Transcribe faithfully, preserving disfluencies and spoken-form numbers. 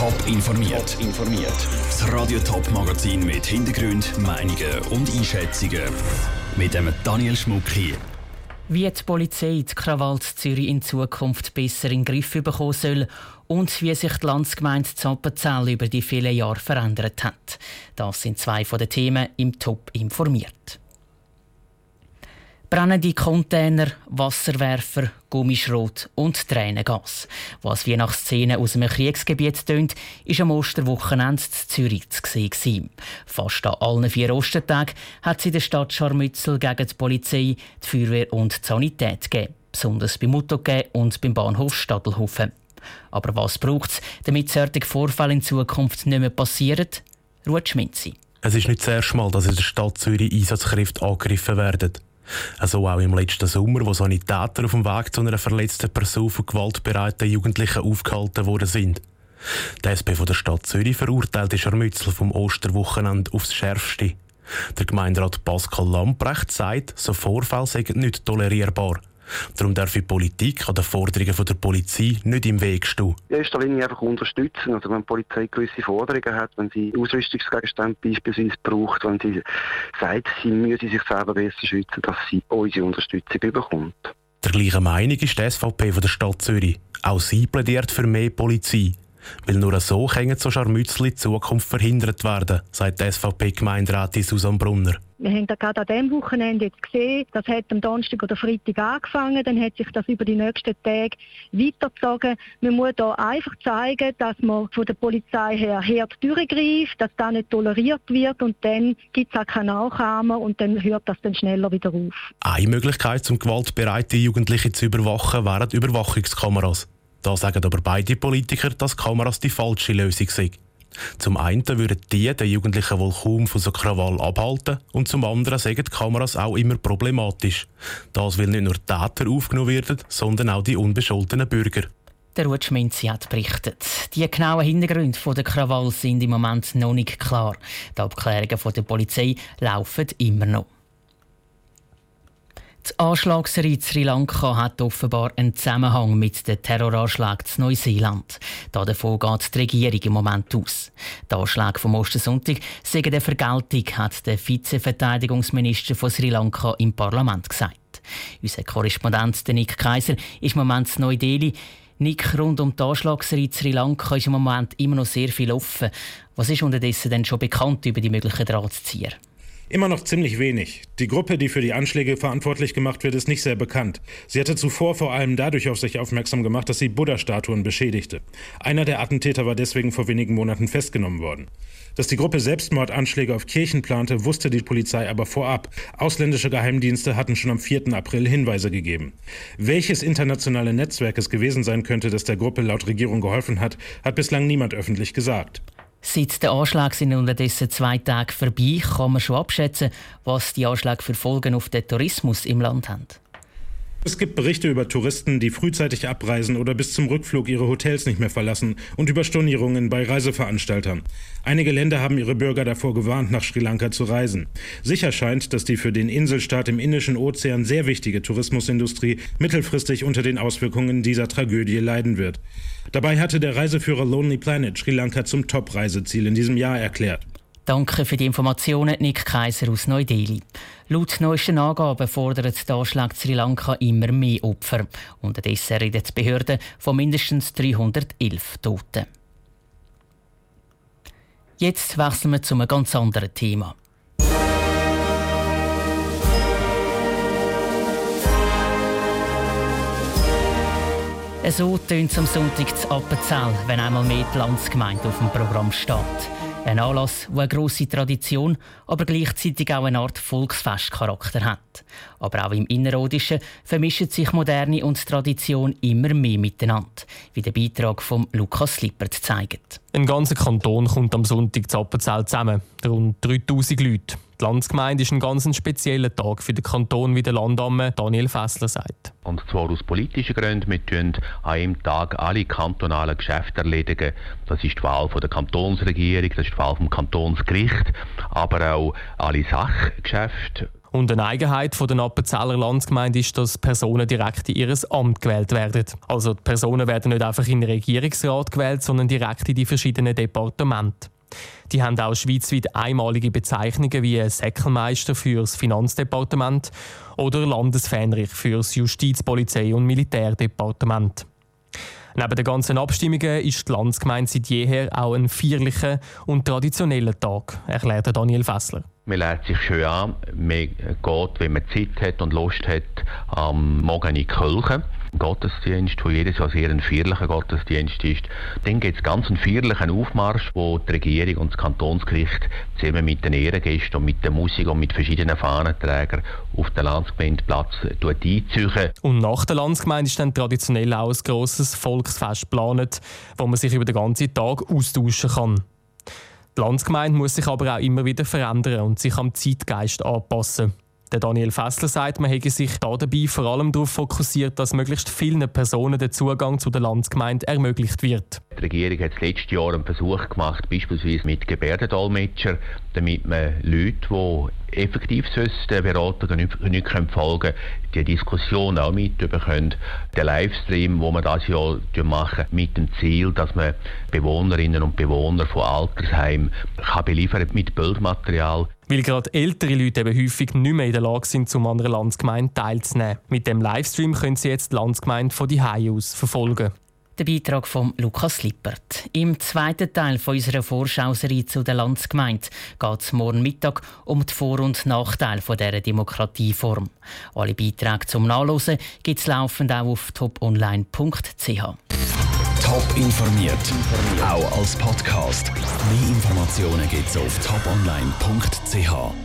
Top informiert. informiert. Das Radio Top Magazin mit Hintergrund, Meinungen und Einschätzungen mit dem Daniel Schmuck hier. Wie die Polizei die Krawall in Zürich in Zukunft besser in den Griff bekommen soll und wie sich die Landsgemeinde Zappenzell über die vielen Jahre verändert hat. Das sind zwei von den Themen im Top informiert. Brennende Container, Wasserwerfer, Gummischrot und Tränengas. Was wie nach Szenen aus einem Kriegsgebiet tönt, war am Osterwochenende in Zürich zu sehen. Fast an allen vier Ostertagen hat es in der Stadt Scharmützel gegen die Polizei, die Feuerwehr und die Sanität gegeben. Besonders beim Muttogä und beim Bahnhof Stadelhofen. Aber was braucht es, damit solche Vorfälle in Zukunft nicht mehr passieren? Ruth Schminzi. Es ist nicht das erste Mal, dass in der Stadt Zürich Einsatzkräfte angegriffen werden. Also auch im letzten Sommer, wo Sanitäter auf dem Weg zu einer verletzten Person von gewaltbereiten Jugendlichen aufgehalten worden sind. Die S P von der Stadt Zürich verurteilte Scharmützel vom Osterwochenende aufs Schärfste. Der Gemeinderat Pascal Lamprecht sagt, so Vorfälle seien nicht tolerierbar. Darum darf die Politik an den Forderungen der Polizei nicht im Weg stehen. In erster Linie einfach unterstützen. Also wenn die Polizei gewisse Forderungen hat, wenn sie Ausrüstungsgegenstände beispielsweise braucht, wenn sie sagt, sie müsse sich selber besser schützen, dass sie unsere Unterstützung bekommt. Der gleichen Meinung ist die S V P von der Stadt Zürich. Auch sie plädiert für mehr Polizei. Weil nur so können so Scharmützel in Zukunft verhindert werden, sagt die S V P-Gemeinderätin Susanne Brunner. Wir haben das gerade an diesem Wochenende jetzt gesehen. Das hat am Donnerstag oder Freitag angefangen. Dann hat sich das über die nächsten Tage weitergezogen. Man muss hier einfach zeigen, dass man von der Polizei her hart durchgreift, dass das nicht toleriert wird. Und dann gibt es auch keine Nachahmer und dann hört das dann schneller wieder auf. Eine Möglichkeit, um gewaltbereite Jugendliche zu überwachen, wären Überwachungskameras. Da sagen aber beide Politiker, dass Kameras die falsche Lösung sind. Zum einen würden die den Jugendlichen wohl kaum von so Krawall abhalten und zum anderen sagen die Kameras auch immer problematisch. Das will nicht nur Täter aufgenommen werden, sondern auch die unbescholtenen Bürger. Der Ruth Schminzi hat berichtet. Die genauen Hintergründe der Krawall sind im Moment noch nicht klar. Die Abklärungen der Polizei laufen immer noch. Die Anschlagsserie in Sri Lanka hat offenbar einen Zusammenhang mit den Terroranschlägen in Neuseeland. Davon geht die Regierung im Moment aus. Die Anschläge vom Ostersonntag seien eine Vergeltung, hat der Vizeverteidigungsminister von Sri Lanka im Parlament gesagt. Unser Korrespondent Nick Kaiser ist im Moment in Neu-Delhi. Nick, rund um die Anschlagsserie in Sri Lanka ist im Moment immer noch sehr viel offen. Was ist unterdessen denn schon bekannt über die möglichen Drahtzieher? Immer noch ziemlich wenig. Die Gruppe, die für die Anschläge verantwortlich gemacht wird, ist nicht sehr bekannt. Sie hatte zuvor vor allem dadurch auf sich aufmerksam gemacht, dass sie Buddha-Statuen beschädigte. Einer der Attentäter war deswegen vor wenigen Monaten festgenommen worden. Dass die Gruppe Selbstmordanschläge auf Kirchen plante, wusste die Polizei aber vorab. Ausländische Geheimdienste hatten schon am vierten April Hinweise gegeben. Welches internationale Netzwerk es gewesen sein könnte, das der Gruppe laut Regierung geholfen hat, hat bislang niemand öffentlich gesagt. Seit der Anschläge sind unterdessen zwei Tage vorbei, kann man schon abschätzen, was die Anschläge für Folgen auf den Tourismus im Land haben. Es gibt Berichte über Touristen, die frühzeitig abreisen oder bis zum Rückflug ihre Hotels nicht mehr verlassen und über Stornierungen bei Reiseveranstaltern. Einige Länder haben ihre Bürger davor gewarnt, nach Sri Lanka zu reisen. Sicher scheint, dass die für den Inselstaat im Indischen Ozean sehr wichtige Tourismusindustrie mittelfristig unter den Auswirkungen dieser Tragödie leiden wird. Dabei hatte der Reiseführer Lonely Planet Sri Lanka zum Top-Reiseziel in diesem Jahr erklärt. Danke für die Informationen, Nick Kaiser aus Neu-Delhi. Laut neuesten Angaben fordern die Anschläge Sri Lanka immer mehr Opfer. Unterdessen reden die Behörden von mindestens dreihundertelf Toten. Jetzt wechseln wir zu einem ganz anderen Thema. So tönt es am Sonntag zu Appenzell, wenn einmal mehr die Landsgemeinde auf dem Programm steht. Ein Anlass, der eine grosse Tradition, aber gleichzeitig auch eine Art Volksfestcharakter hat. Aber auch im Innerrhodischen vermischen sich Moderne und Tradition immer mehr miteinander, wie der Beitrag von Lukas Lippert zeigt. Ein ganzer Kanton kommt am Sonntag zu Appenzell zusammen, rund dreitausend Leute. Die Landsgemeinde ist ein ganz spezieller Tag für den Kanton, wie der Landamme Daniel Fessler sagt. Und zwar aus politischen Gründen. Wir erledigen an einem Tag alle kantonalen Geschäfte erledigen. Das ist die Wahl von der Kantonsregierung, das ist die Wahl vom Kantonsgericht, aber auch alle Sachgeschäfte. Und eine Eigenheit der Appenzeller Landsgemeinde ist, dass Personen direkt in ihr Amt gewählt werden. Also die Personen werden nicht einfach in den Regierungsrat gewählt, sondern direkt in die verschiedenen Departemente. Die haben auch schweizweit einmalige Bezeichnungen wie Säckelmeister für das Finanzdepartement oder Landesfähnrich für das Justiz-, Polizei- und Militärdepartement. Neben den ganzen Abstimmungen ist die Landsgemeinde seit jeher auch ein feierlicher und traditioneller Tag, erklärt Daniel Fessler. Man lernt sich schön an, man geht, wenn man Zeit hat und Lust hat, am Morgen in die Kirche. Ein Gottesdienst, der jedes Jahr sehr ein feierlicher Gottesdienst ist. Dann gibt es ganz einen feierlichen Aufmarsch, wo die Regierung und das Kantonsgericht zusammen mit den Ehrengästen und mit der Musik und mit verschiedenen Fahnenträgern auf den Landsgemeindeplatz einziehen. Und nach der Landsgemeinde ist dann traditionell auch ein grosses Volksfest geplant, wo man sich über den ganzen Tag austauschen kann. Die Landsgemeinde muss sich aber auch immer wieder verändern und sich am Zeitgeist anpassen. Der Daniel Fessler sagt, man hätte sich da dabei vor allem darauf fokussiert, dass möglichst vielen Personen der Zugang zu der Landsgemeinde ermöglicht wird. Die Regierung hat letztes Jahr einen Versuch gemacht, beispielsweise mit Gebärdendolmetscher, damit man Leute, die effektiv den Beratungen nicht folgen können, die Diskussion auch mitbekommen. Der Livestream, den wir dieses Jahr machen, mit dem Ziel, dass man Bewohnerinnen und Bewohner von Altersheimen kann beliefern mit Bildmaterial. Weil gerade ältere Leute eben häufig nicht mehr in der Lage sind, um an einer Landsgemeinde teilzunehmen. Mit dem Livestream können sie jetzt die Landsgemeinde von daheim aus verfolgen. Der Beitrag von Lukas Lippert. Im zweiten Teil von unserer Vorschauserie zu der Landsgemeinde geht es morgen Mittag um die Vor- und Nachteile dieser Demokratieform. Alle Beiträge zum Nachlesen gibt es laufend auch auf top online punkt c h. Top informiert, auch als Podcast. Mehr Informationen gibt es auf top online punkt c h.